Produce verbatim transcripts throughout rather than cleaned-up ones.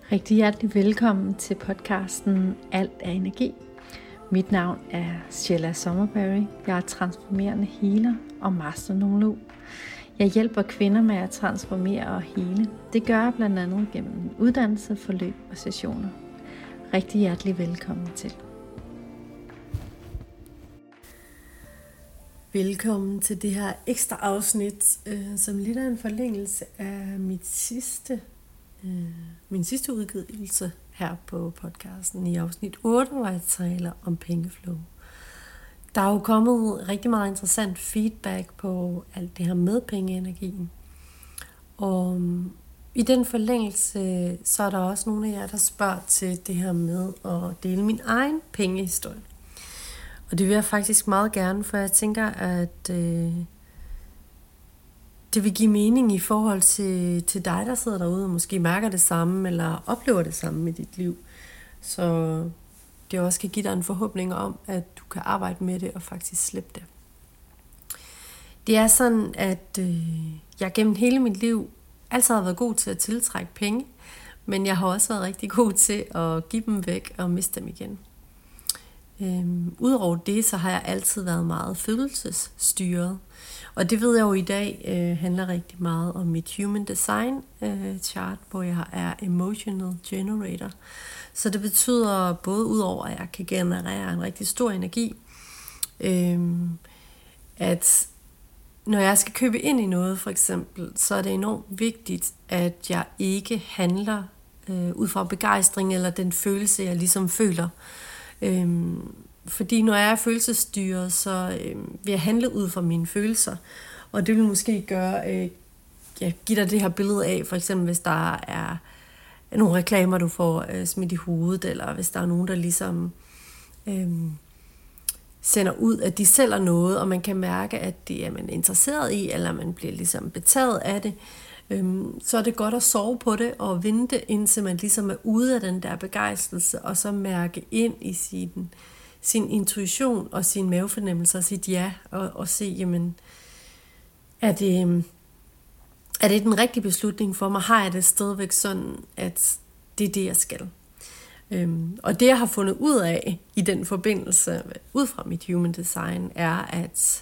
Rigtig hjertelig velkommen til podcasten Alt er energi. Mit navn er Sheila Sommerberry. Jeg er transformerende healer og masternolog. Jeg hjælper kvinder med at transformere og hele. Det gør jeg blandt andet gennem uddannelse, forløb og sessioner. Rigtig hjertelig velkommen til. Velkommen til det her ekstra afsnit, øh, som lidt er en forlængelse af mit sidste, øh, min sidste udgivelse her på podcasten i afsnit otte, hvor jeg taler om pengeflow. Der er jo kommet rigtig meget interessant feedback på alt det her med pengeenergien. Og i den forlængelse, så er der også nogle af jer, der spørger til det her med at dele min egen pengehistorie. Og det vil jeg faktisk meget gerne, for jeg tænker, at øh, det vil give mening i forhold til, til dig, der sidder derude og måske mærker det samme, eller oplever det samme i dit liv. Så det også kan give dig en forhåbning om, at du kan arbejde med det og faktisk slippe det. Det er sådan, at øh, jeg gennem hele mit liv altid har været god til at tiltrække penge, men jeg har også været rigtig god til at give dem væk og miste dem igen. Øhm, Udover det, så har jeg altid været meget følelsesstyret. Og det ved jeg jo i dag øh, handler rigtig meget om mit human design øh, chart, hvor jeg er emotional generator. Så det betyder både udover, at jeg kan generere en rigtig stor energi, øh, at når jeg skal købe ind i noget for eksempel, så er det enormt vigtigt, at jeg ikke handler øh, ud fra begejstring eller den følelse, jeg ligesom føler. Øhm, fordi når jeg er følelsesstyret, så øhm, vil jeg handle ud fra mine følelser, og det vil måske gøre, øh, ja, give dig det her billede af, for eksempel hvis der er nogle reklamer, du får øh, smidt i hovedet, eller hvis der er nogen, der ligesom øh, sender ud, at de sælger noget, og man kan mærke, at det er man interesseret i, eller man bliver ligesom betaget af det. Så er det godt at sove på det og vente, indtil man ligesom er ude af den der begejstrelse, og så mærke ind i sin, sin intuition og sin mavefornemmelse og sit ja, og, og se, jamen, er det, er det den rigtige beslutning for mig? Har jeg det stadigvæk sådan, at det er det, jeg skal? Øhm, og det, jeg har fundet ud af i den forbindelse, ud fra mit human design, er, at,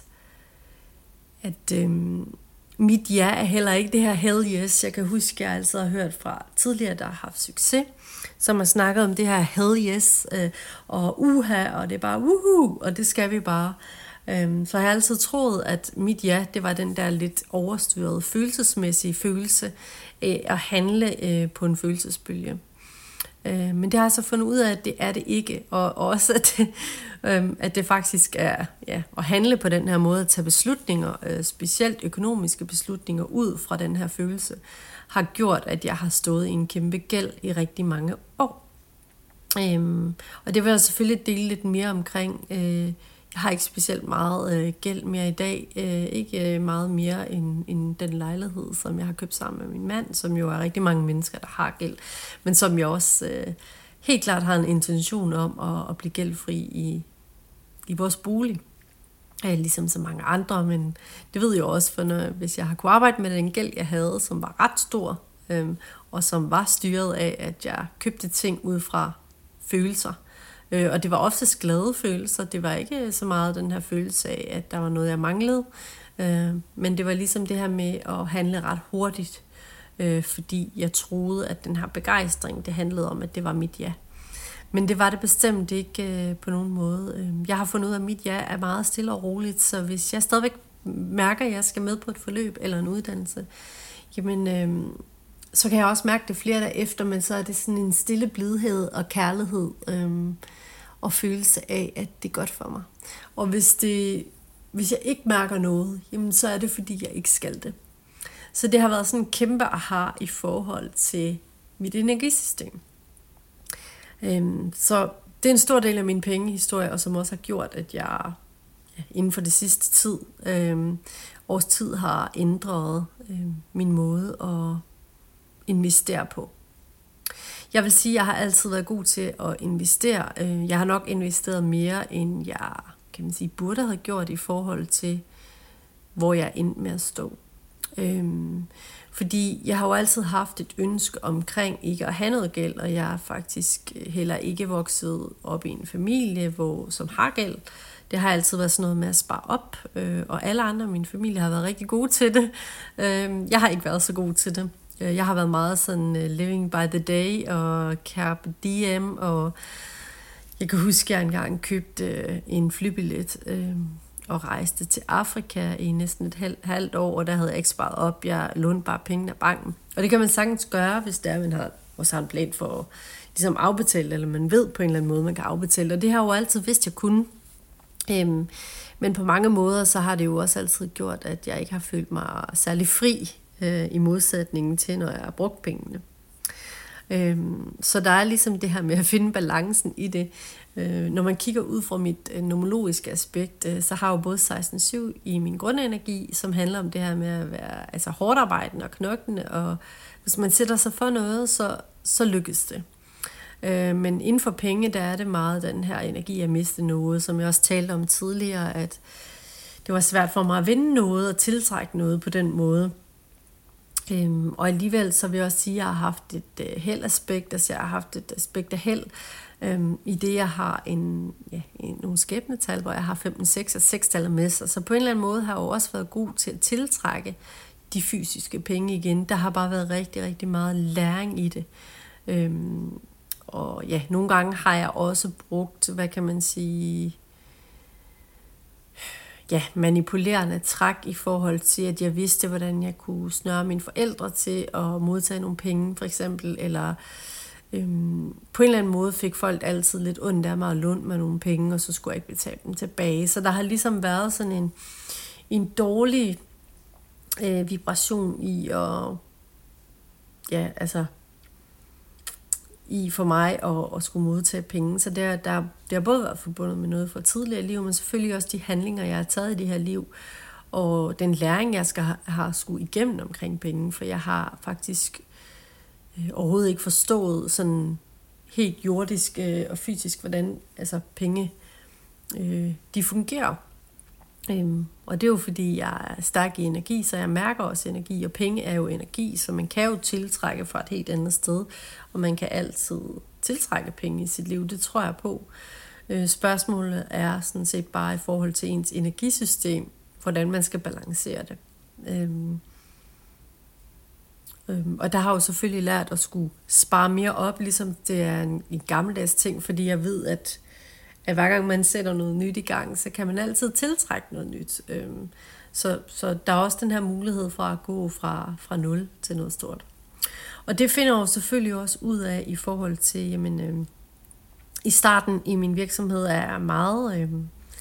at øhm, mit ja er heller ikke det her hell yes. Jeg kan huske, at jeg altid har hørt fra tidligere, der har haft succes, som har snakket om det her hell yes, øh, og uha, og det er bare uhu, og det skal vi bare. Øhm, så jeg har altid troet, at mit ja, det var den der lidt overstyrede, følelsesmæssige følelse øh, at handle øh, på en følelsesbølge. Øh, men det har jeg så fundet ud af, at det er det ikke, og også at det, øh, at det faktisk er ja, at handle på den her måde, at tage beslutninger, øh, specielt økonomiske beslutninger ud fra den her følelse, har gjort, at jeg har stået i en kæmpe gæld i rigtig mange år. Øh, og det vil jeg selvfølgelig dele lidt mere omkring. Øh, Jeg har ikke specielt meget øh, gæld mere i dag. Øh, ikke øh, meget mere end, end den lejlighed, som jeg har købt sammen med min mand, som jo er rigtig mange mennesker, der har gæld. Men som jeg også øh, helt klart har en intention om at, at blive gældfri i, i vores bolig. Øh, ligesom så mange andre, men det ved jeg også, for når, hvis jeg har kunnet arbejde med den gæld, jeg havde, som var ret stor, øh, og som var styret af, at jeg købte ting ud fra følelser. Øh, og det var oftest glade følelser. Det var ikke så meget den her følelse af, at der var noget, jeg manglede. Øh, men det var ligesom det her med at handle ret hurtigt. Øh, fordi jeg troede, at den her begejstring, det handlede om, at det var mit ja. Men det var det bestemt ikke øh, på nogen måde. Øh, jeg har fundet ud af, at mit ja er meget stille og roligt. Så hvis jeg stadigvæk mærker, at jeg skal med på et forløb eller en uddannelse, jamen... Øh, så kan jeg også mærke det flere dage efter, men så er det sådan en stille blidhed og kærlighed øhm, og følelse af, at det er godt for mig. Og hvis, det, hvis jeg ikke mærker noget, jamen så er det, fordi jeg ikke skal det. Så det har været sådan en kæmpe aha i forhold til mit energisystem. Øhm, så det er en stor del af min pengehistorie, og som også har gjort, at jeg ja, inden for det sidste tid, øhm, års tid har ændret øhm, min måde at investere på. Jeg vil sige, at jeg har altid været god til at investere. Jeg har nok investeret mere, end jeg kan man sige, burde have gjort i forhold til, hvor jeg endte med at stå. Øhm, fordi jeg har jo altid haft et ønske omkring ikke at have noget gæld, og jeg er faktisk heller ikke vokset op i en familie, hvor, som har gæld. Det har altid været sådan noget med at spare op, øh, og alle andre i min familie har været rigtig gode til det. Øh, jeg har ikke været så god til det. Jeg har været meget sådan uh, living by the day og carpe diem, og jeg kan huske, at jeg engang købte uh, en flybillet uh, og rejste til Afrika i næsten et halvt, halvt år, og der havde jeg ikke sparet op. Jeg lånte bare pengene af banken. Og det kan man sagtens gøre, hvis der man har, også har en plan for at ligesom afbetale, eller man ved på en eller anden måde, man kan afbetale. Og det har jeg jo altid vidst, jeg kunne. Um, men på mange måder, så har det jo også altid gjort, at jeg ikke har følt mig særlig fri, i modsætningen til, når jeg har brugt pengene. Øhm, så der er ligesom det her med at finde balancen i det. Øh, når man kigger ud fra mit øh, nomologiske aspekt, øh, så har jeg jo både seksten syv i min grundenergi, som handler om det her med at være altså hårdt arbejdende og knoklende, og hvis man sætter sig for noget, så, så lykkes det. Øh, men inden for penge, der er det meget den her energi at miste noget, som jeg også talte om tidligere, at det var svært for mig at vinde noget og tiltrække noget på den måde. Øhm, og alligevel så vil jeg også sige, at jeg har haft et øh, heldaspekt, altså jeg har haft et aspekt af held, øhm, i det jeg har en, ja, en, nogle skæbnetal, hvor jeg har femten seks og seks tal med sig. Så på en eller anden måde har jeg jo også været god til at tiltrække de fysiske penge igen. Der har bare været rigtig, rigtig meget læring i det. Øhm, og ja, nogle gange har jeg også brugt, hvad kan man sige, ja, manipulerende træk i forhold til, at jeg vidste, hvordan jeg kunne snøre mine forældre til at modtage nogle penge, for eksempel, eller øhm, på en eller anden måde fik folk altid lidt ondt af mig og lånt mig nogle penge, og så skulle jeg ikke betale dem tilbage. Så der har ligesom været sådan en, en dårlig øh, vibration i at, ja, altså, i for mig at, at skulle modtage penge. Så der, der, det har både været forbundet med noget fra tidligere liv, men selvfølgelig også de handlinger, jeg har taget i det her liv, og den læring, jeg skal have skulle igennem omkring penge, for jeg har faktisk øh, overhovedet ikke forstået sådan helt jordisk øh, og fysisk, hvordan altså penge øh, de fungerer. Øhm, og det er jo fordi, jeg er stærk i energi, så jeg mærker også energi, og penge er jo energi, så man kan jo tiltrække fra et helt andet sted, og man kan altid tiltrække penge i sit liv, det tror jeg på. Øh, spørgsmålet er sådan set bare i forhold til ens energisystem, hvordan man skal balancere det. Øhm, øhm, og der har jeg jo selvfølgelig lært at skulle spare mere op, ligesom det er en, en gammeldags ting, fordi jeg ved, at at hver gang man sætter noget nyt i gang, så kan man altid tiltrække noget nyt. Så, så der er også den her mulighed for at gå fra, fra nul til noget stort. Og det finder jeg jo selvfølgelig også ud af i forhold til, jamen, øh, i starten i min virksomhed er jeg meget øh,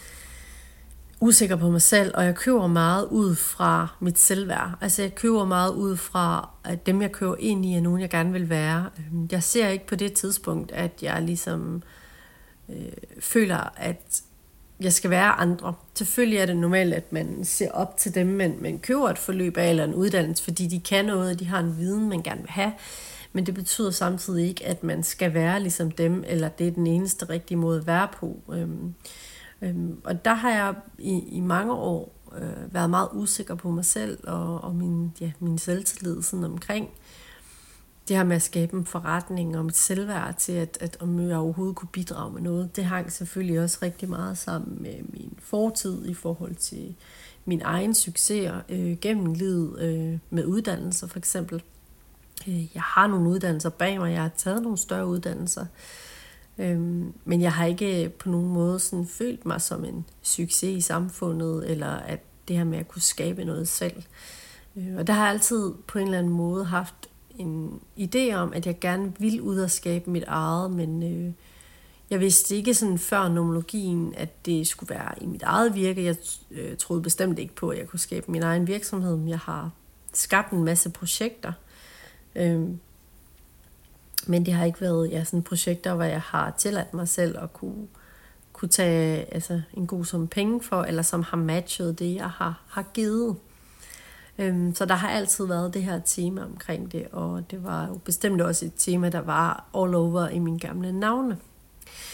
usikker på mig selv, og jeg køber meget ud fra mit selvværd. Altså jeg køber meget ud fra, at dem jeg køber ind i er nogen, jeg gerne vil være. Jeg ser ikke på det tidspunkt, at jeg ligesom Øh, føler, at jeg skal være andre. Selvfølgelig er det normalt, at man ser op til dem, men man køber et forløb af eller en uddannelse, fordi de kan noget, og de har en viden, man gerne vil have. Men det betyder samtidig ikke, at man skal være ligesom dem, eller det er den eneste rigtige måde at være på. Øhm, øhm, og der har jeg i, i mange år øh, været meget usikker på mig selv, og, og min, ja, min selvtillid sådan omkring det her med at skabe en forretning og mit selvværd til, at, at om jeg overhovedet kunne bidrage med noget, det hang selvfølgelig også rigtig meget sammen med min fortid i forhold til min egen succeser øh, gennem livet øh, med uddannelser for eksempel. Øh, jeg har nogle uddannelser bag mig, jeg har taget nogle større uddannelser, øh, men jeg har ikke på nogen måde sådan følt mig som en succes i samfundet, eller at det her med at kunne skabe noget selv. Øh, og der har jeg altid på en eller anden måde haft en idé om, at jeg gerne ville ud og skabe mit eget, men øh, jeg vidste ikke sådan før nomologien, at det skulle være i mit eget virke. Jeg øh, troede bestemt ikke på, at jeg kunne skabe min egen virksomhed. Jeg har skabt en masse projekter, øh, men det har ikke været ja, sådan projekter, hvor jeg har tilladt mig selv at kunne, kunne tage altså, en god sum penge for, eller som har matchet det, jeg har, har givet. Så der har altid været det her tema omkring det, og det var jo bestemt også et tema, der var all over i mine gamle navne.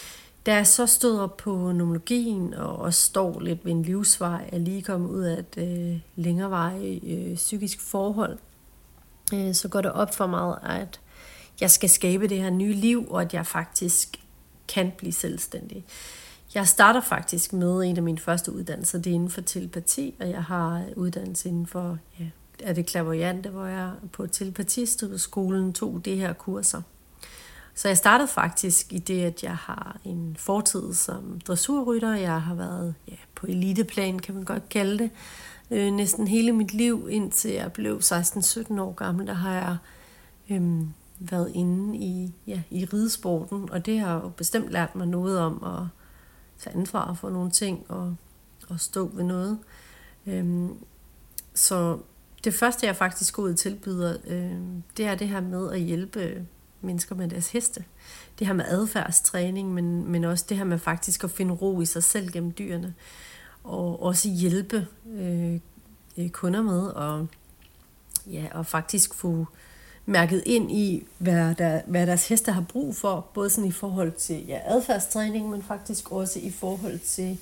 Da jeg så støder på nomologien og også står lidt ved en livsvej, er lige kommet ud af et øh, længerevarigt øh, psykisk forhold, øh, så går det op for mig, at jeg skal skabe det her nye liv, og at jeg faktisk kan blive selvstændig. Jeg starter faktisk med en af mine første uddannelser, det er inden for telepati, og jeg har uddannelse inden for, ja, er det clairvoyante, hvor jeg på telepatiskolen tog det her kurser. Så jeg startede faktisk i det, at jeg har en fortid som dressurrytter. Jeg har været ja, på eliteplan, kan man godt kalde det, øh, næsten hele mit liv, indtil jeg blev seksten sytten år gammel. Der har jeg øh, været inde i, ja, i ridesporten, og det har jo bestemt lært mig noget om at tage ansvar for nogle ting og, og stå ved noget. Øh, så det første, jeg faktisk går ud og tilbyder, øh, det er det her med at hjælpe mennesker med deres heste. Det her med adfærdstræning, men, men også det her med faktisk at finde ro i sig selv gennem dyrene. Og også hjælpe øh, kunder med og, ja, og faktisk få mærket ind i, hvad, der, hvad deres heste har brug for. Både sådan i forhold til ja, adfærdstræning, men faktisk også i forhold til,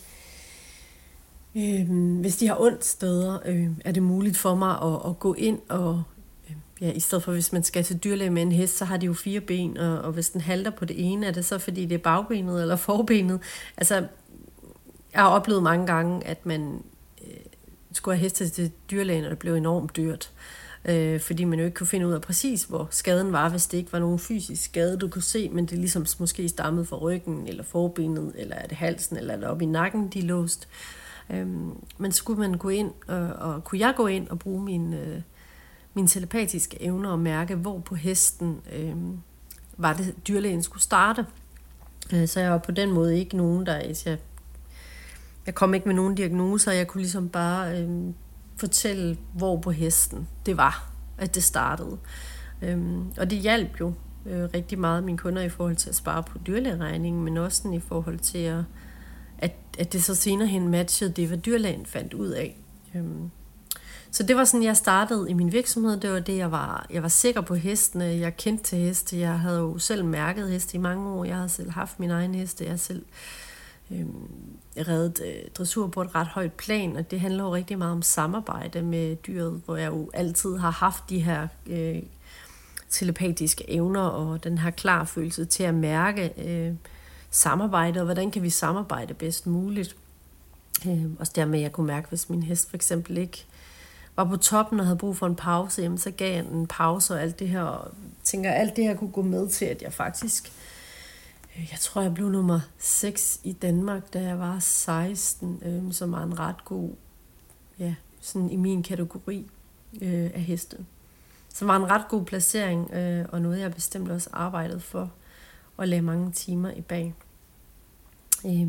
øh, hvis de har ondt steder, øh, er det muligt for mig at, at gå ind og ja, i stedet for, hvis man skal til dyrlæge med en hest, så har de jo fire ben, og, og hvis den halter på det ene, er det så, fordi det er bagbenet eller forbenet. Altså, jeg har oplevet mange gange, at man øh, skulle have heste til dyrlægen, og det blev enormt dyrt. Øh, fordi man jo ikke kunne finde ud af præcis, hvor skaden var, hvis det ikke var nogen fysisk skade, du kunne se, men det ligesom måske stammede fra ryggen, eller forbenet, eller er det halsen, eller er det oppe i nakken, de er låst. Øh, men skulle man gå ind, og, og kunne jeg gå ind og bruge min... Øh, mine telepatiske evner og mærke, hvor på hesten øh, var det, dyrlægen skulle starte. Øh, så jeg var på den måde ikke nogen, der... Jeg, jeg kom ikke med nogen diagnoser, jeg kunne ligesom bare øh, fortælle, hvor på hesten det var, at det startede. Øh, og det hjalp jo øh, rigtig meget mine kunder i forhold til at spare på dyrlægeregningen, men også i forhold til, at, at, at det så senere hen matchede det, hvad dyrlægen fandt ud af. Øh, Så det var sådan, jeg startede i min virksomhed. Det var det, jeg var, jeg var sikker på hestene. Jeg kendte til heste. Jeg havde jo selv mærket heste i mange år. Jeg havde selv haft min egen heste. Jeg har selv øh, reddet øh, dressur på et ret højt plan. Og det handler jo rigtig meget om samarbejde med dyret, hvor jeg jo altid har haft de her øh, telepatiske evner og den her klar følelse til at mærke øh, samarbejde, og hvordan kan vi samarbejde bedst muligt. Øh, også dermed, at jeg kunne mærke, hvis min hest for eksempel ikke var på toppen og havde brug for en pause, jamen, så gav jeg en pause og alt det her. Og tænker, alt det her kunne gå med til, at jeg faktisk, jeg tror, jeg blev nummer seks i Danmark, da jeg var seksten, øh, som var en ret god, ja, sådan i min kategori øh, af heste. Så var en ret god placering, øh, og noget, jeg bestemt også arbejdet for, og lagde mange timer i bag. Øh,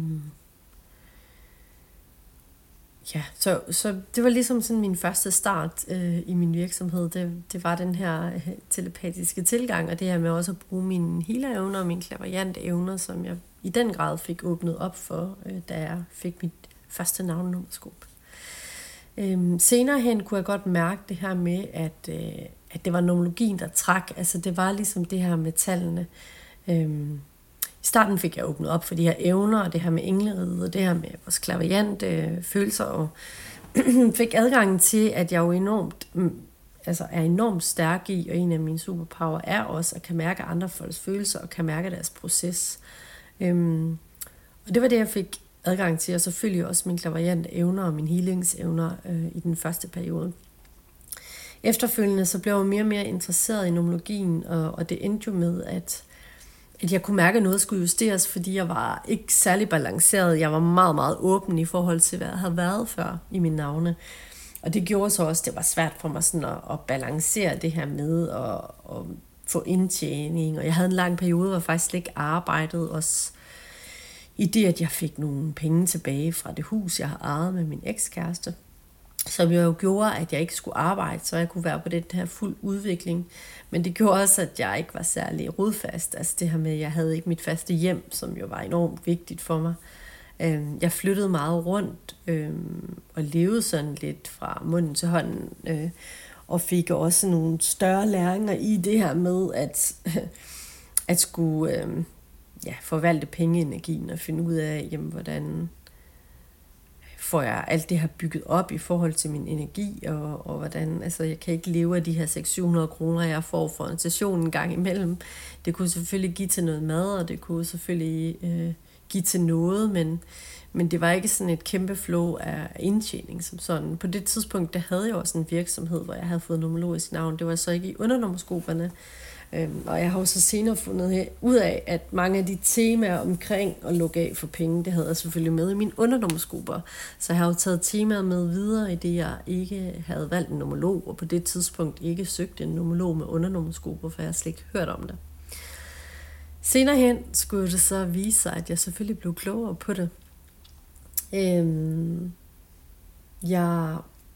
Ja, så, så det var ligesom sådan min første start øh, i min virksomhed. Det, det var den her øh, telepatiske tilgang, og det her med også at bruge mine healer-evner og mine clairvoyante evner, som jeg i den grad fik åbnet op for, øh, da jeg fik mit første navnenomoskop. Øhm, senere hen kunne jeg godt mærke det her med, at, øh, at det var nomologien, der trak. Altså det var ligesom det her med tallene. Øhm, I starten fik jeg åbnet op for de her evner, og det her med engleriget, og det her med vores clairvoyante følelser, og fik adgangen til, at jeg jo enormt, altså er enormt stærk i, og en af mine superpower er også at kan mærke andre folks følelser, og kan mærke deres proces. Øhm, og det var det, jeg fik adgang til, og selvfølgelig også mine clairvoyante evner og mine healingsevner øh, i den første periode. Efterfølgende så blev jeg mere og mere interesseret i nomologien, og, og det endte jo med, at at jeg kunne mærke, at noget skulle justeres, fordi jeg var ikke særlig balanceret. Jeg var meget, meget åben i forhold til, hvad jeg havde været før i mine navne. Og det gjorde så også, det var svært for mig sådan at, at balancere det her med at, at få indtjening. Og jeg havde en lang periode, hvor jeg faktisk slet ikke arbejdede. Også i det, at jeg fik nogle penge tilbage fra det hus, jeg har ejet med min ekskæreste. Som jo gjorde, at jeg ikke skulle arbejde, så jeg kunne være på den her fuld udvikling. Men det gjorde også, at jeg ikke var særlig rodfast. Altså det her med, at jeg havde ikke mit faste hjem, som jo var enormt vigtigt for mig. Jeg flyttede meget rundt og levede sådan lidt fra munden til hånden. Og fik også nogle større læringer i det her med, at, at skulle ja, forvalte pengeenergien og finde ud af, jamen, hvordan får jeg alt det her bygget op i forhold til min energi, og, og hvordan, altså jeg kan ikke leve af de her seks til syv hundrede kroner, jeg får for en session en gang imellem. Det kunne selvfølgelig give til noget mad, og det kunne selvfølgelig øh, give til noget, men, men det var ikke sådan et kæmpe flow af indtjening som sådan. På det tidspunkt, der havde jeg også en virksomhed, hvor jeg havde fået numerologisk navn. Det var så ikke i undernummerskoperne. Øhm, og jeg har jo så senere fundet ud af, at mange af de temaer omkring at lukke af for penge, det havde jeg selvfølgelig med i mine undernummerskoper. Så jeg har jo taget temaet med videre, i det jeg ikke havde valgt en numerolog, og på det tidspunkt ikke søgt en numerolog med undernummerskoper, for jeg har slet ikke hørt om det. Senere hen skulle det så vise sig, at jeg selvfølgelig blev klogere på det. Øhm, jeg...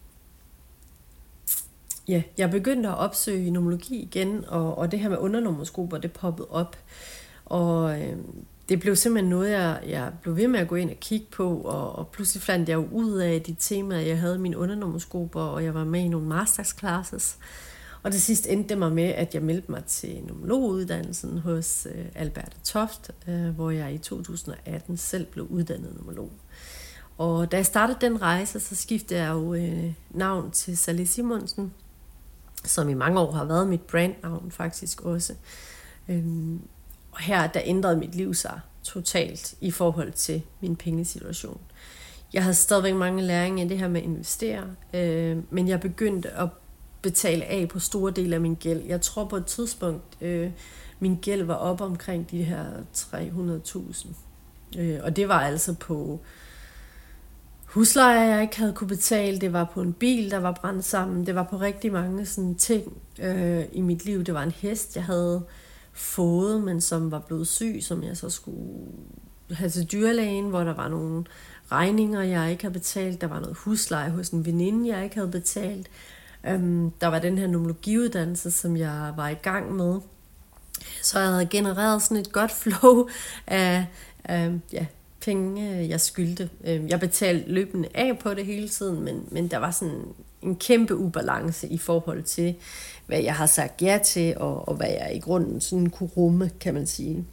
Ja, jeg begyndte at opsøge numerologi igen, og, og det her med undernummerskoper, det poppede op. Og øh, det blev simpelthen noget, jeg, jeg blev ved med at gå ind og kigge på, og, og pludselig fandt jeg jo ud af de temaer, jeg havde i mine undernummerskoper, og jeg var med i nogle masterclasses. Og det sidste endte det mig med, at jeg meldte mig til numerologuddannelsen hos øh, Alberte Toft, øh, hvor jeg i to tusind og atten selv blev uddannet numerolog. Og da jeg startede den rejse, så skiftede jeg jo øh, navn til Sally Simonsen, som i mange år har været mit brandnavn faktisk også. Øhm, og her der ændrede mit liv sig totalt i forhold til min pengesituation. Jeg havde stadigvæk mange læringer i det her med at investere, øh, men jeg begyndte at betale af på store dele af min gæld. Jeg tror på et tidspunkt, øh, min gæld var op omkring de her tre hundrede tusind. Øh, og det var altså på husleje, jeg ikke havde kunne betale, det var på en bil, der var brændt sammen, det var på rigtig mange sådan ting øh, i mit liv. Det var en hest, jeg havde fået, men som var blevet syg, som jeg så skulle have til dyrlægen, hvor der var nogle regninger, jeg ikke havde betalt. Der var noget husleje hos en veninde, jeg ikke havde betalt. Øhm, der var den her numerologiuddannelse, som jeg var i gang med. Så jeg havde genereret sådan et godt flow af, af ja, penge, jeg skyldte. Jeg betalte løbende af på det hele tiden, men, men der var sådan en kæmpe ubalance i forhold til, hvad jeg har sagt ja til, og, og hvad jeg i grunden sådan kunne rumme, kan man sige.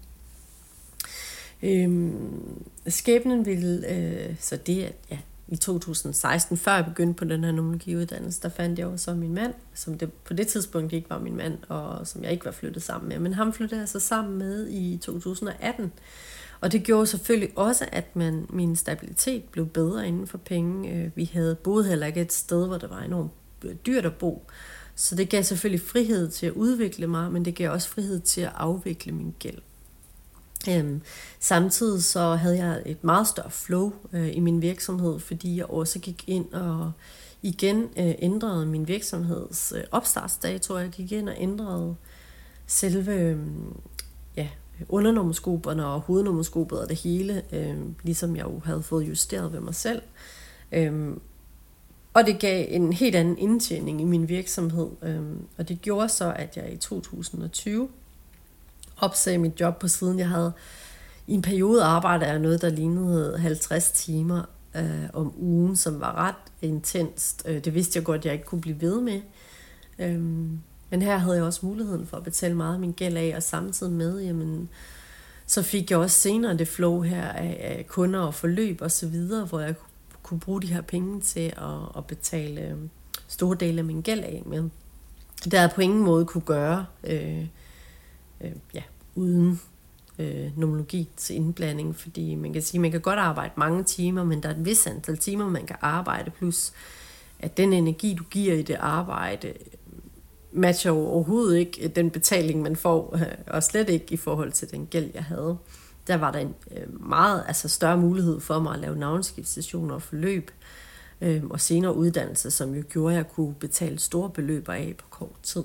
Øhm, skæbnen ville, øh, så det, at ja, i to tusind og seksten, før jeg begyndte på den her numerologiuddannelse, der fandt jeg jo så min mand, som det på det tidspunkt ikke var min mand, og som jeg ikke var flyttet sammen med, men ham flyttede jeg så sammen med i to tusind og atten. Og det gjorde selvfølgelig også, at man, min stabilitet blev bedre inden for penge. Vi havde boet heller ikke et sted, hvor det var enormt dyrt at bo. Så det gav selvfølgelig frihed til at udvikle mig, men det gav også frihed til at afvikle min gæld. Øhm, samtidig så havde jeg et meget større flow øh, i min virksomhed, fordi jeg også gik ind og igen øh, ændrede min virksomheds øh, opstartsdato. Jeg gik ind og ændrede selve øh, ja, undernummerskoperne og hovednummerskopet og det hele, øh, ligesom jeg jo havde fået justeret ved mig selv. Øh, og det gav en helt anden indtjening i min virksomhed, øh, og det gjorde så, at jeg i to tusind og tyve opsagde mit job på siden. Jeg havde i en periode arbejdet af noget, der lignede halvtreds timer øh, om ugen, som var ret intenst. Øh, det vidste jeg godt, at jeg ikke kunne blive ved med. Øh, men her havde jeg også muligheden for at betale meget af min gæld af, og samtidig med, jamen, så fik jeg også senere det flow her af, af kunder og forløb og så videre, hvor jeg kunne bruge de her penge til at, at betale store dele af min gæld af med. Det havde jeg på ingen måde kunne gøre øh, øh, ja, uden øh, numerologi til indblanding, fordi man kan sige, man kan godt arbejde mange timer, men der er et vis antal timer, man kan arbejde, plus at den energi, du giver i det arbejde, matcher jo overhovedet ikke den betaling, man får, og slet ikke i forhold til den gæld, jeg havde. Der var der en meget altså større mulighed for mig at lave navnskiftssessioner og forløb, øh, og senere uddannelse, som jo gjorde, at jeg kunne betale store beløber af på kort tid.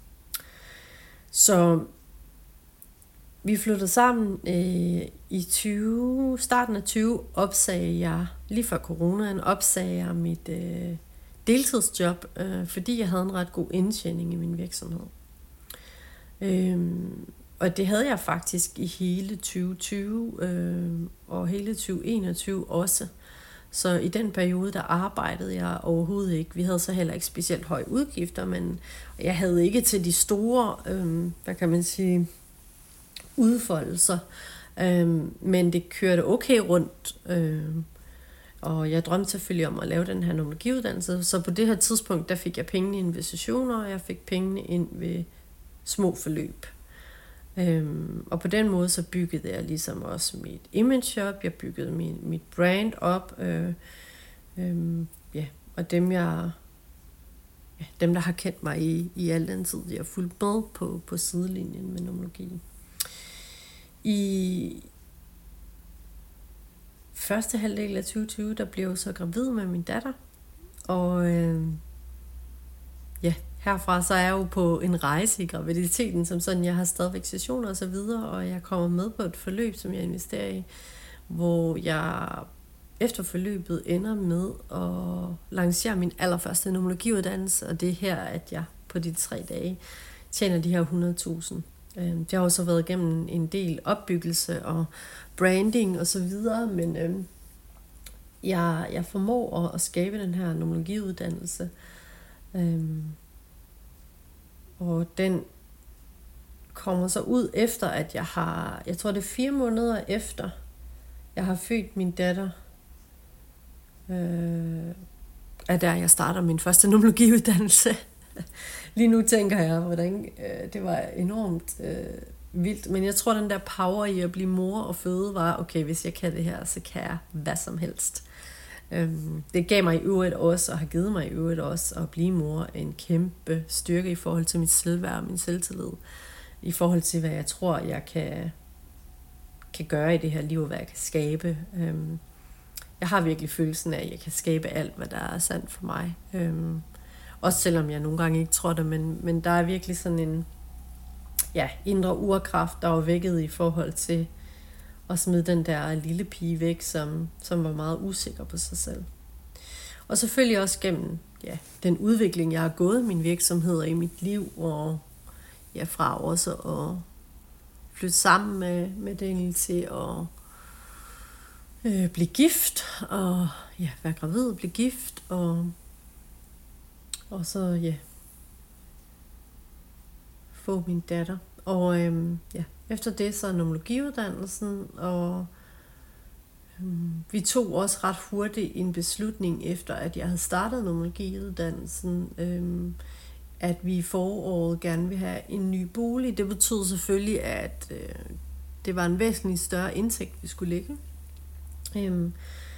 Så vi flyttede sammen øh, i tyve, starten af tyve, opsagde jeg, lige før coronaen, opsagde jeg mit øh, deltidsjob, øh, fordi jeg havde en ret god indtjening i min virksomhed. Øhm, og det havde jeg faktisk i hele tyve tyve øh, og hele tyve enogtyve også. Så i den periode, der arbejdede jeg overhovedet ikke. Vi havde så heller ikke specielt høje udgifter, men jeg havde ikke til de store, øh, hvad kan man sige, udfoldelser Øhm, men det kørte okay rundt, øhm, og jeg drømte selvfølgelig om at lave den her numerologiuddannelse, så på det her tidspunkt, der fik jeg pengene i investitioner, og jeg fik pengene ind ved små forløb. Øhm, og på den måde så byggede jeg ligesom også mit image op, jeg byggede min, mit brand op, øh, øh, ja, og dem jeg, ja, dem der har kendt mig i, i al den tid, jeg har fulgt med på, på sidelinjen med numerologi. I første halvdel af tyve tyve, der blev jeg så gravid med min datter, og øh, ja, herfra så er jeg jo på en rejse i graviditeten, som sådan, jeg har stadigvæk sessioner og så videre, og jeg kommer med på et forløb, som jeg investerer i, hvor jeg efter forløbet ender med at lancere min allerførste numerologiuddannelse, og det er her, at jeg på de tre dage tjener de her hundrede tusind. Det har også været igennem en del opbyggelse og branding og så videre, men øh, jeg, jeg formår at, at skabe den her numerologiuddannelse, øh, og den kommer så ud efter, at jeg har, jeg tror det er fire måneder efter, jeg har født min datter, øh, er der jeg starter min første numerologiuddannelse. Lige nu tænker jeg, hvordan øh, det var enormt øh, vildt, men jeg tror den der power i at blive mor og føde var, okay, hvis jeg kan det her, så kan jeg hvad som helst. Øhm, det gav mig i øvrigt også, og har givet mig i øvrigt også, at blive mor en kæmpe styrke i forhold til mit selvværd og min selvtillid, i forhold til hvad jeg tror jeg kan, kan gøre i det her liv, og hvad jeg kan skabe. Øhm, jeg har virkelig følelsen af, at jeg kan skabe alt, hvad der er sandt for mig. Øhm, også selvom jeg nogle gange ikke tror det, men, men der er virkelig sådan en ja, indre urkraft, der er vækket i forhold til at smide den der lille pige væk, som, som var meget usikker på sig selv. Og selvfølgelig også gennem ja, den udvikling, jeg har gået i min virksomhed og i mit liv, og ja, fra også at flytte sammen med, med Daniel til at øh, blive gift, og ja, være gravid og blive gift, og, og så ja, få min datter. Og øhm, ja, efter det så numerologiuddannelsen, og øhm, vi tog også ret hurtigt en beslutning efter, at jeg havde startet numerologiuddannelsen, øhm, at vi i foråret gerne vil have en ny bolig. Det betød selvfølgelig, at øh, det var en væsentlig større indtægt, vi skulle lægge. Øhm,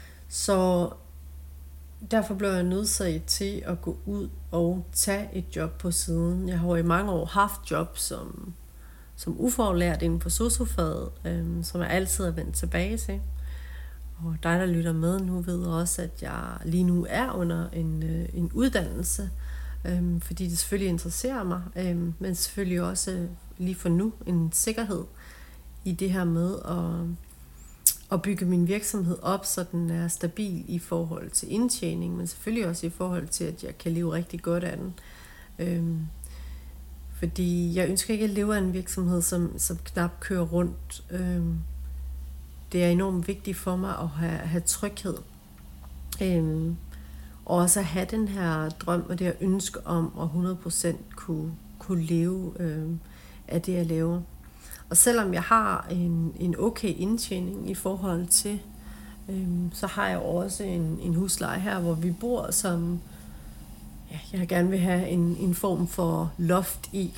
så derfor blev jeg nødsaget til at gå ud og tage et job på siden. Jeg har i mange år haft job som, som ufaglært inden for sosu-faget, øhm, som jeg altid er vendt tilbage til. Og dig, der lytter med nu, ved også, at jeg lige nu er under en, øh, en uddannelse, øhm, fordi det selvfølgelig interesserer mig, øhm, men selvfølgelig også øh, lige for nu en sikkerhed i det her med at og bygge min virksomhed op, så den er stabil i forhold til indtjening, men selvfølgelig også i forhold til, at jeg kan leve rigtig godt af den. Øhm, fordi jeg ønsker ikke at leve af en virksomhed, som, som knap kører rundt. Øhm, det er enormt vigtigt for mig at have, have tryghed. Øhm, og også at have den her drøm og det her ønske om at hundrede procent kunne, kunne leve øhm, af det, jeg laver. Og selvom jeg har en, en okay indtjening i forhold til, øhm, så har jeg også en, en husleje her, hvor vi bor, som ja, jeg gerne vil have en, en form for loft i.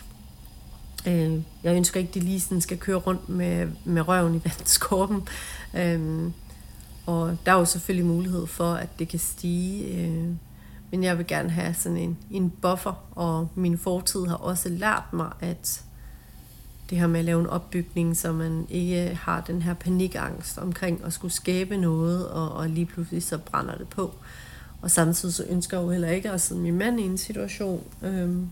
Øh, jeg ønsker ikke, at det lige sådan skal køre rundt med, med røven i vandskorpen. Øhm, og der er jo selvfølgelig mulighed for, at det kan stige. Øh, men jeg vil gerne have sådan en, en buffer, og min fortid har også lært mig, at det her med at lave en opbygning, så man ikke har den her panikangst omkring at skulle skabe noget, og, og lige pludselig så brænder det på. Og samtidig så ønsker jeg jo heller ikke at sidde min mand i en situation, øhm,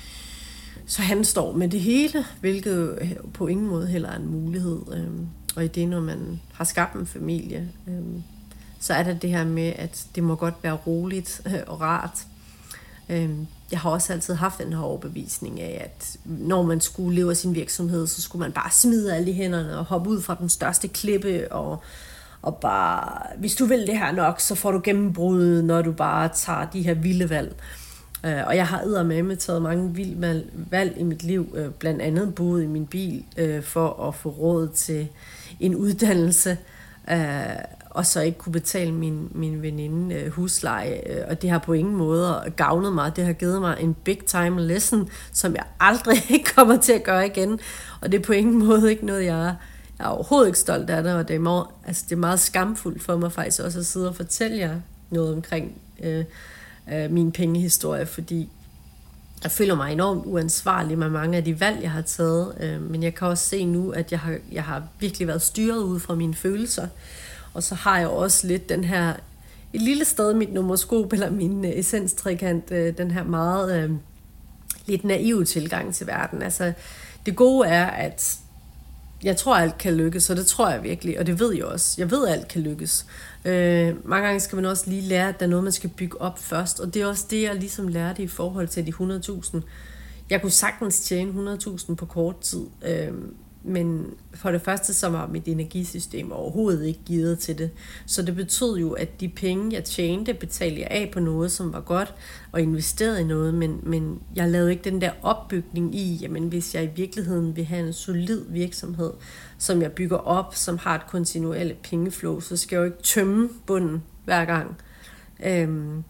så han står med det hele, hvilket på ingen måde heller er en mulighed. Øhm, og i det, når man har skabt en familie, øhm, så er der det her med, at det må godt være roligt øh, og rart. Øhm, Jeg har også altid haft den her overbevisning af, at når man skulle leve af sin virksomhed, så skulle man bare smide alle i hænderne og hoppe ud fra den største klippe, og, og bare, hvis du vil det her nok, så får du gennembrud, når du bare tager de her vilde valg. Øh, og jeg har eddermame taget mange vilde valg i mit liv, øh, blandt andet boet i min bil, øh, for at få råd til en uddannelse, øh, og så ikke kunne betale min, min veninde øh, husleje, øh, og det har på ingen måde gavnet mig. Det har givet mig en big time lesson, som jeg aldrig kommer til at gøre igen, og det er på ingen måde ikke noget, jeg, jeg er overhovedet ikke stolt af det, og det er meget, altså det er meget skamfuldt for mig faktisk også at sidde og fortælle jer noget omkring øh, øh, min pengehistorie, fordi jeg føler mig enormt uansvarlig med mange af de valg, jeg har taget, øh, men jeg kan også se nu, at jeg har, jeg har virkelig været styret ud fra mine følelser, og så har jeg også lidt den her, et lille sted, mit nomoskop eller min uh, essenstrikant, uh, den her meget uh, lidt naive tilgang til verden. Altså, det gode er, at jeg tror, alt kan lykkes, og det tror jeg virkelig, og det ved jeg også. Jeg ved, at alt kan lykkes. Uh, mange gange skal man også lige lære, at der er noget, man skal bygge op først, og det er også det, jeg ligesom lærte i forhold til de hundrede tusind. Jeg kunne sagtens tjene hundrede tusind på kort tid, uh, men for det første, så var mit energisystem overhovedet ikke givet til det. Så det betød jo, at de penge, jeg tjente, betalte jeg af på noget, som var godt, og investerede i noget, men, men jeg lavede ikke den der opbygning i, jamen hvis jeg i virkeligheden vil have en solid virksomhed, som jeg bygger op, som har et kontinuerligt pengeflow, så skal jeg jo ikke tømme bunden hver gang. Øhm,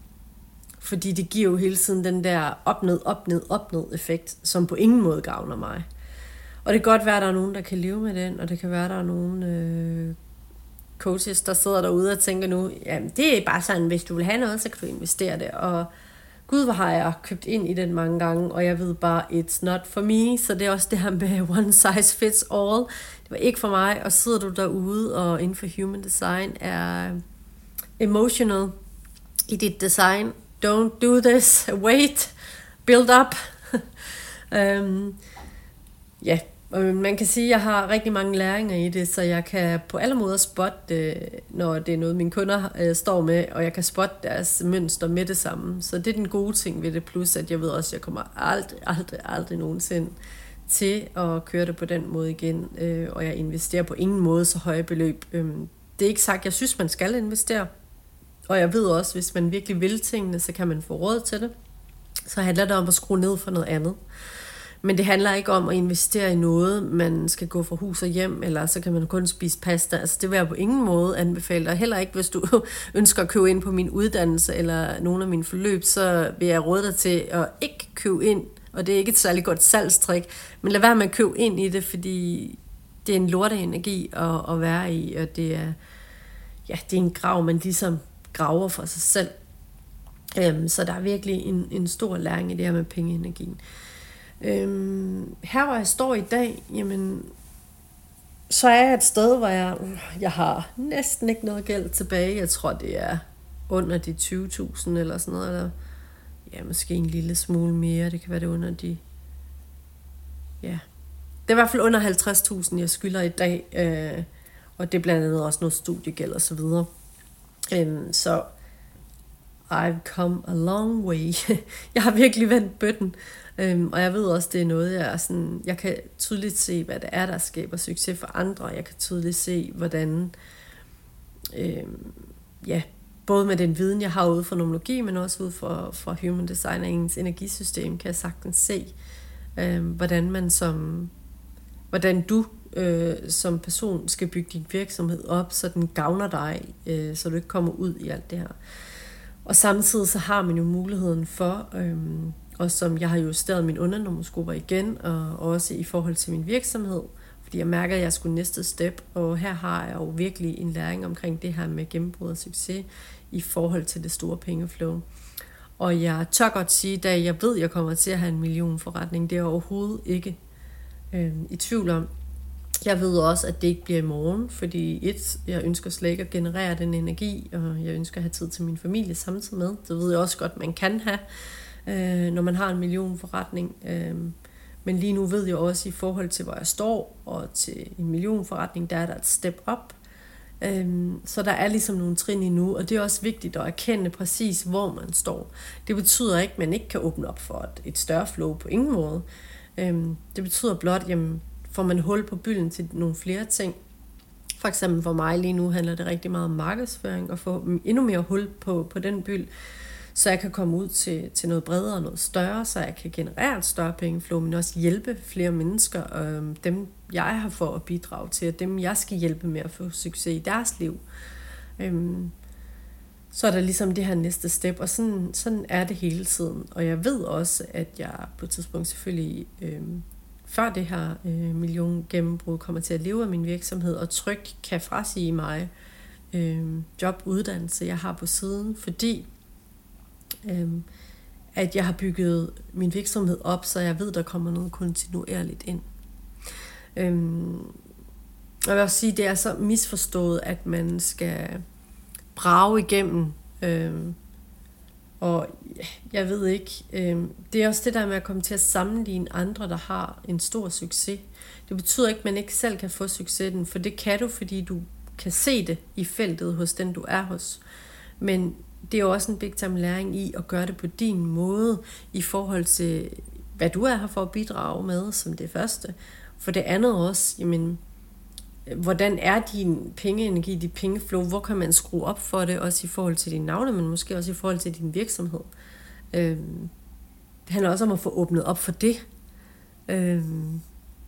fordi det giver jo hele tiden den der op, ned, op, ned, op, ned effekt, som på ingen måde gavner mig. Og det kan godt være, at der er nogen, der kan leve med den, og det kan være, at der er nogen øh, coaches, der sidder derude og tænker nu, jamen det er bare sådan, hvis du vil have noget, så kan du investere det. Og gud, hvor har jeg købt ind i den mange gange, og jeg ved bare, it's not for me. Så det er også det her med one size fits all. Det var ikke for mig, og sidder du derude, og inden for human design er emotional i dit design. Don't do this, wait, build up. um, ja, man kan sige, at jeg har rigtig mange læringer i det, så jeg kan på alle måder spotte, når det er noget, mine kunder står med, og jeg kan spotte deres mønster med det samme. Så det er den gode ting ved det, plus at jeg ved også, at jeg kommer aldrig, aldrig, aldrig nogensinde til at køre det på den måde igen, og jeg investerer på ingen måde så høje beløb. Det er ikke sagt, jeg synes, man skal investere, og jeg ved også, hvis man virkelig vil tingene, så kan man få råd til det. Så handler det om at skrue ned for noget andet. Men det handler ikke om at investere i noget, man skal gå fra hus og hjem, eller så kan man kun spise pasta. Altså det vil jeg på ingen måde anbefale dig. Heller ikke, hvis du ønsker at købe ind på min uddannelse eller nogle af mine forløb, så vil jeg råde dig til at ikke købe ind. Og det er ikke et særlig godt salgstrik, men lad være med at købe ind i det, fordi det er en lorteenergi at, at være i, og det er, ja, det er en grav, man ligesom graver for sig selv. Um, så der er virkelig en, en stor læring i det her med pengeenergien. Øhm, her hvor jeg står i dag, jamen, så er jeg et sted, hvor jeg, jeg har næsten ikke noget gæld tilbage. Jeg tror, det er under de tyve tusind eller sådan noget, eller ja, måske en lille smule mere. Det kan være det under de, ja, det er i hvert fald under halvtreds tusind, jeg skylder i dag, øh, og det er blandt andet også noget studiegæld og så videre. Øhm, så I've come a long way. Jeg har virkelig vendt bøtten. Øhm, og jeg ved også, det er noget, jeg er sådan, jeg kan tydeligt se, hvad det er, der skaber succes for andre. Jeg kan tydeligt se, hvordan, øhm, ja, både med den viden, jeg har ude fra numerologi, men også ude fra, fra human design og ens energisystem, kan jeg sagtens se, øhm, hvordan man som, hvordan du øh, som person skal bygge din virksomhed op, så den gavner dig, øh, så du ikke kommer ud i alt det her. Og samtidig så har man jo muligheden for, øhm, og som jeg har justeret mine undernomoskoper igen, og også i forhold til min virksomhed, fordi jeg mærker, at jeg skulle næste step, og her har jeg jo virkelig en læring omkring det her med gennembrud og succes i forhold til det store pengeflow. Og jeg tør godt sige, da jeg ved, at jeg kommer til at have en millionforretning, det er jeg overhovedet ikke øh, i tvivl om. Jeg ved også, at det ikke bliver i morgen, fordi et, jeg ønsker slet ikke at generere den energi, og jeg ønsker at have tid til min familie samtidig med. Det ved jeg også godt, man kan have, øh, når man har en millionforretning. Øh, men lige nu ved jeg også i forhold til, hvor jeg står, og til en millionforretning, der er der et step up. Øh, så der er ligesom nogle trin endnu, og det er også vigtigt at erkende præcis, hvor man står. Det betyder ikke, at man ikke kan åbne op for et, et større flow på ingen måde. Øh, det betyder blot, jamen, får man hul på bylden til nogle flere ting. For eksempel for mig lige nu handler det rigtig meget om markedsføring, og få endnu mere hul på, på den byld, så jeg kan komme ud til, til noget bredere og noget større, så jeg kan generere et større pengeflow, men også hjælpe flere mennesker, øh, dem jeg har for at bidrage til, og dem jeg skal hjælpe med at få succes i deres liv. Øh, så er der ligesom det her næste step, og sådan, sådan er det hele tiden. Og jeg ved også, at jeg på et tidspunkt selvfølgelig, øh, før det her øh, million gennembrud, kommer til at leve af min virksomhed, og trygt kan frasige mig øh, job, uddannelse, jeg har på siden, fordi øh, at jeg har bygget min virksomhed op, så jeg ved, der kommer noget kontinuerligt ind. Øh, og jeg vil også sige, det er så misforstået, at man skal brage igennem, øh, og jeg ved ikke, øh, det er også det der med at komme til at sammenligne andre, der har en stor succes. Det betyder ikke, at man ikke selv kan få succesen, for det kan du, fordi du kan se det i feltet hos den, du er hos. Men det er jo også en big time læring i at gøre det på din måde, i forhold til, hvad du er her for at bidrage med, som det første. For det andet også, jamen, hvordan er din pengeenergi, dit pengeflow, hvor kan man skrue op for det, også i forhold til dine navne, men måske også i forhold til din virksomhed. Øhm, det handler også om at få åbnet op for det. Øhm,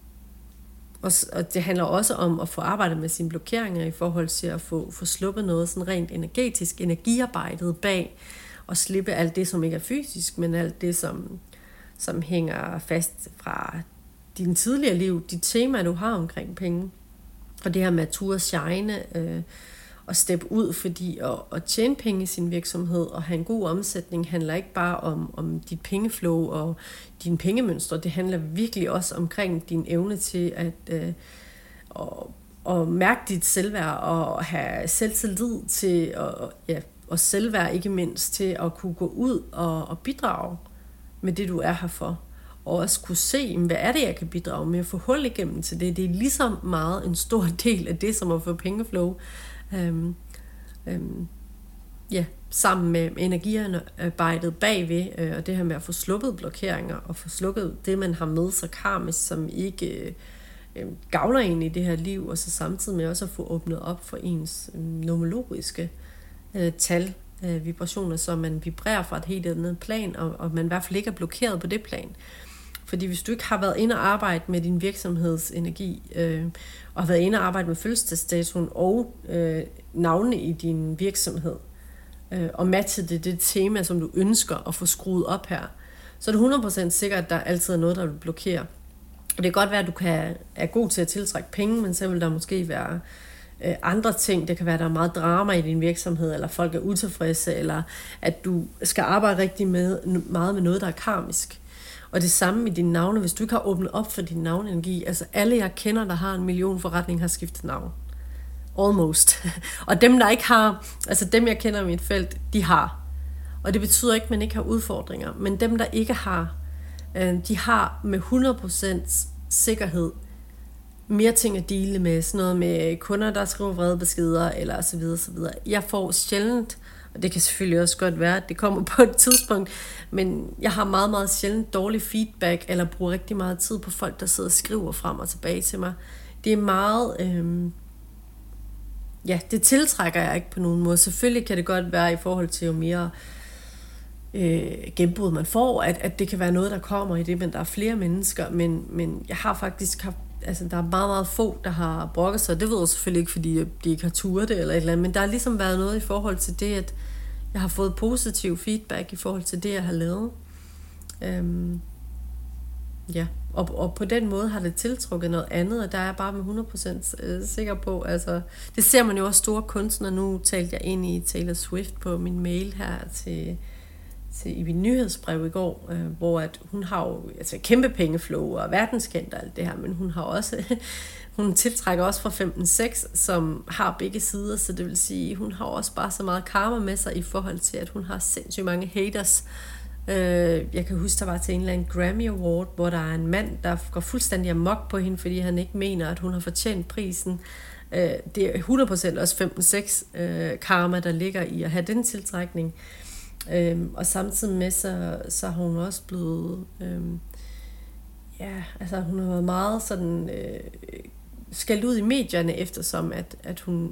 og, og det handler også om at få arbejdet med sine blokeringer i forhold til at få, få sluppet noget sådan rent energetisk, energiarbejdet bag, og slippe alt det, som ikke er fysisk, men alt det, som, som hænger fast fra din tidligere liv, de temaer, du har omkring penge. Og det her med at turde shine øh, og steppe ud, fordi at, at tjene penge i sin virksomhed og have en god omsætning handler ikke bare om, om dit pengeflow og dine pengemønstre. Det handler virkelig også omkring din evne til at, øh, at, at mærke dit selvværd og have selvtillid til at, ja, og selvværd ikke mindst til at kunne gå ud og, og bidrage med det, du er her for. Og også kunne se, hvad er det, jeg kan bidrage med at få hul igennem til det. Det er lige så meget en stor del af det, som at få pengeflow. Øhm, øhm, ja, sammen med energiarbejdet bagved, øh, og det her med at få slukket blokeringer, og få slukket det, man har med sig karmisk, som ikke øh, gavner en i det her liv, og så samtidig med også at få åbnet op for ens øh, numerologiske øh, tal, øh, vibrationer, så man vibrerer fra et helt andet plan, og, og man i hvert fald ikke er blokeret på det plan. Fordi hvis du ikke har været inde og arbejde med din virksomhedsenergi, øh, og har været inde og arbejde med fødselsdagsdatoen og øh, navnene i din virksomhed, øh, og matchet det det tema, som du ønsker at få skruet op her, så er det hundrede procent sikkert, at der altid er noget, der vil blokere. Og det kan godt være, at du kan, er god til at tiltrække penge, men så vil der måske være øh, andre ting. Det kan være, at der er meget drama i din virksomhed, eller folk er utilfredse, eller at du skal arbejde rigtig med, meget med noget, der er karmisk. Og det samme med dine navne. Hvis du ikke har åbnet op for din navnenergi, altså alle jeg kender, der har en million forretning, har skiftet navn. Almost. Og dem, der ikke har, altså dem jeg kender i mit felt, de har. Og det betyder ikke, at man ikke har udfordringer. Men dem, der ikke har, de har med hundrede procent sikkerhed mere ting at dele med. Sådan noget med kunder, der skriver vrede beskeder, eller så videre, så videre. Jeg får sjældent, og det kan selvfølgelig også godt være, at det kommer på et tidspunkt, men jeg har meget, meget sjældent dårlig feedback, eller bruger rigtig meget tid på folk, der sidder og skriver frem og tilbage til mig. Det er meget, øhm, ja, det tiltrækker jeg ikke på nogen måde. Selvfølgelig kan det godt være i forhold til jo mere øh, gennembrud man får, at, at det kan være noget, der kommer i det, men der er flere mennesker, men, men jeg har faktisk haft, altså der er meget, meget få, der har brokket sig. Det ved jeg selvfølgelig ikke, fordi de ikke har turet det eller et eller andet, men der har ligesom været noget i forhold til det, at jeg har fået positiv feedback i forhold til det, jeg har lavet. Øhm, ja, og, og på den måde har det tiltrukket noget andet, og der er jeg bare med hundrede procent sikker på, altså, det ser man jo også store kunstnere. Nu talte jeg ind i Taylor Swift på min mail her til, til i min nyhedsbrev i går, øh, hvor at hun har jo altså, kæmpe pengeflow og verdenskendt og alt det her, men hun har også, hun tiltrækker også fra femten seks, som har begge sider, så det vil sige, hun har også bare så meget karma med sig i forhold til, at hun har sindssygt mange haters. Øh, jeg kan huske, der var til en eller anden Grammy Award, hvor der er en mand, der går fuldstændig amok på hende, fordi han ikke mener, at hun har fortjent prisen. Øh, det er hundrede procent også femten seks øh, karma, der ligger i at have den tiltrækning. Øhm, og samtidig med, så, så har hun også blevet, øhm, ja, altså hun har været meget sådan, øh, skældt ud i medierne, eftersom at, at hun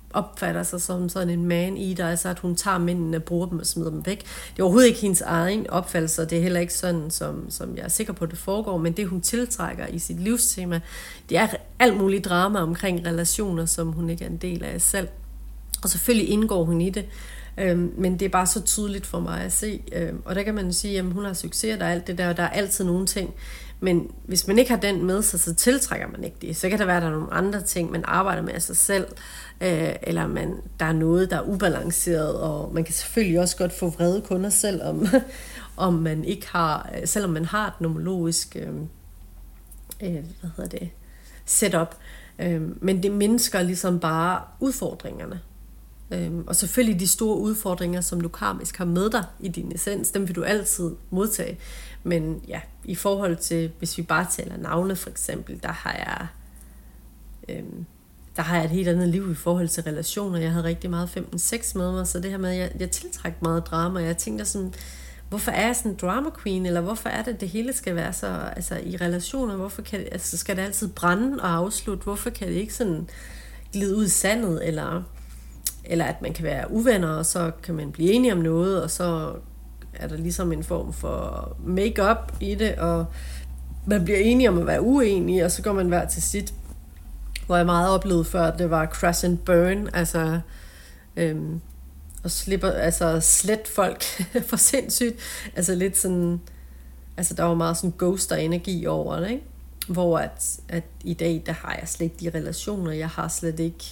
opfatter sig som sådan en man-eater, altså at hun tager mændene, bruger dem og smider dem væk. Det er overhovedet ikke hendes egen opfattelse, og det er heller ikke sådan, som, som jeg er sikker på, det foregår, men det hun tiltrækker i sit livstema, det er alt muligt drama omkring relationer, som hun ikke er en del af selv. Og selvfølgelig indgår hun i det, øhm, men det er bare så tydeligt for mig at se, øhm, og der kan man sige, at hun har succes, der er alt det der, og der er altid nogle ting, men hvis man ikke har den med sig, så tiltrækker man ikke det. Så kan der være, at der er nogle andre ting, man arbejder med af sig selv, øh, eller man, der er noget, der er ubalanceret, og man kan selvfølgelig også godt få vrede kunder selv, om, om man ikke har, selvom man har et numerologisk øh, øh, hvad hedder det, setup. Øh, men det mindsker ligesom bare udfordringerne. Øhm, og selvfølgelig de store udfordringer, som du karmisk har med dig i din essens, dem vil du altid modtage. Men ja, i forhold til, hvis vi bare taler navne for eksempel, der har jeg øhm, der har jeg et helt andet liv i forhold til relationer. Jeg havde rigtig meget femten seks med mig, så det her med, at jeg, jeg tiltrækker meget drama. Jeg tænkte sådan, hvorfor er jeg sådan en drama queen, eller hvorfor er det, det hele skal være så, altså i relationer, hvorfor kan det, altså skal det altid brænde og afslutte, hvorfor kan det ikke sådan glide ud i sandet, eller eller at man kan være uvenner, og så kan man blive enige om noget, og så er der ligesom en form for make-up i det, og man bliver enige om at være uenige, og så går man hver til sit. Hvor jeg meget oplevede før, at det var crash and burn, altså øhm, og slipper, altså slet folk for sindssygt, altså lidt sådan, altså der var meget sådan ghoster-energi over det, ikke? Hvor at, at i dag, der har jeg slet ikke de relationer, jeg har slet ikke,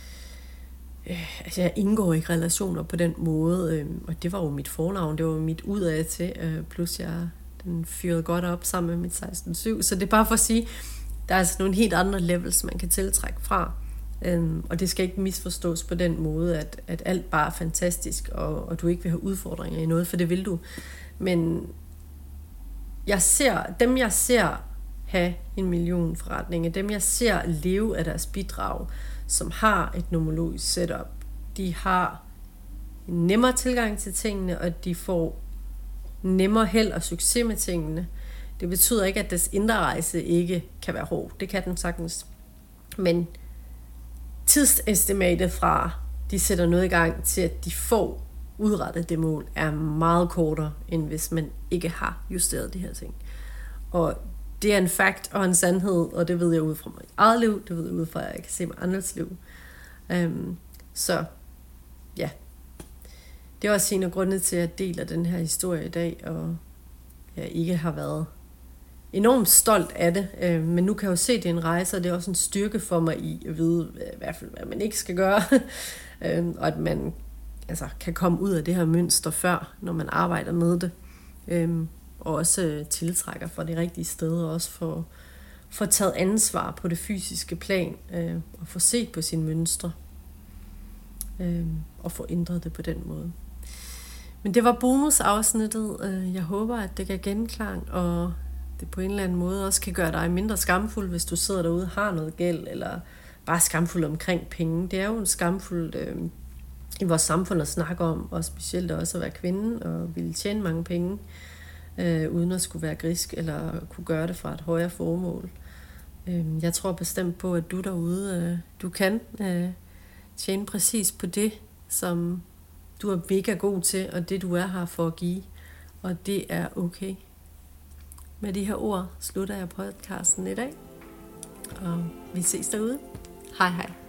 øh, altså jeg indgår ikke relationer på den måde, øh, og det var jo mit fornavn, det var mit udad til, øh, plus jeg den fyrede godt op sammen med mit seksten syv, så det er bare for at sige, der er altså nogle helt andre levels, man kan tiltrække fra. Øhm, og det skal ikke misforstås på den måde, at, at alt bare er fantastisk, og, og du ikke vil have udfordringer i noget, for det vil du. Men jeg ser, dem jeg ser have en million forretninger, dem jeg ser leve af deres bidrag, som har et numerologisk setup, de har en nemmere tilgang til tingene, og de får nemmere held og succes med tingene. Det betyder ikke, at deres indre rejse ikke kan være hård. Det kan den sagtens. Men tidsestimatet fra, de sætter noget i gang til, at de får udrettet det mål, er meget kortere, end hvis man ikke har justeret de her ting. Og det er en fakt og en sandhed, og det ved jeg ud fra mit eget liv, det ved jeg ud fra, at jeg kan se mig andres liv. Um, så ja, det er også en af grundene til, at jeg deler den her historie i dag, og jeg ikke har været enormt stolt af det, øh, men nu kan jeg jo se, at det er en rejse, og det er også en styrke for mig i at vide, i hvert fald, hvad man ikke skal gøre, øh, og at man altså, kan komme ud af det her mønster før, når man arbejder med det, øh, og også øh, tiltrækker fra de rigtige steder, og også få, få taget ansvar på det fysiske plan, øh, og få set på sine mønstre, øh, og få ændret det på den måde. Men det var bonusafsnittet. Jeg håber, at det kan genklang, og det på en eller anden måde også kan gøre dig mindre skamfuld, hvis du sidder derude og har noget gæld, eller bare skamfuld omkring penge. Det er jo en skamfuld øh, i vores samfund at snakke om, og specielt også at være kvinde og ville tjene mange penge, øh, uden at skulle være grisk, eller kunne gøre det fra et højere formål. Øh, jeg tror bestemt på, at du derude, øh, du kan øh, tjene præcis på det, som du er mega god til, og det du er her for at give, og det er okay. Med de her ord slutter jeg podcasten i dag, og vi ses derude. Hej hej.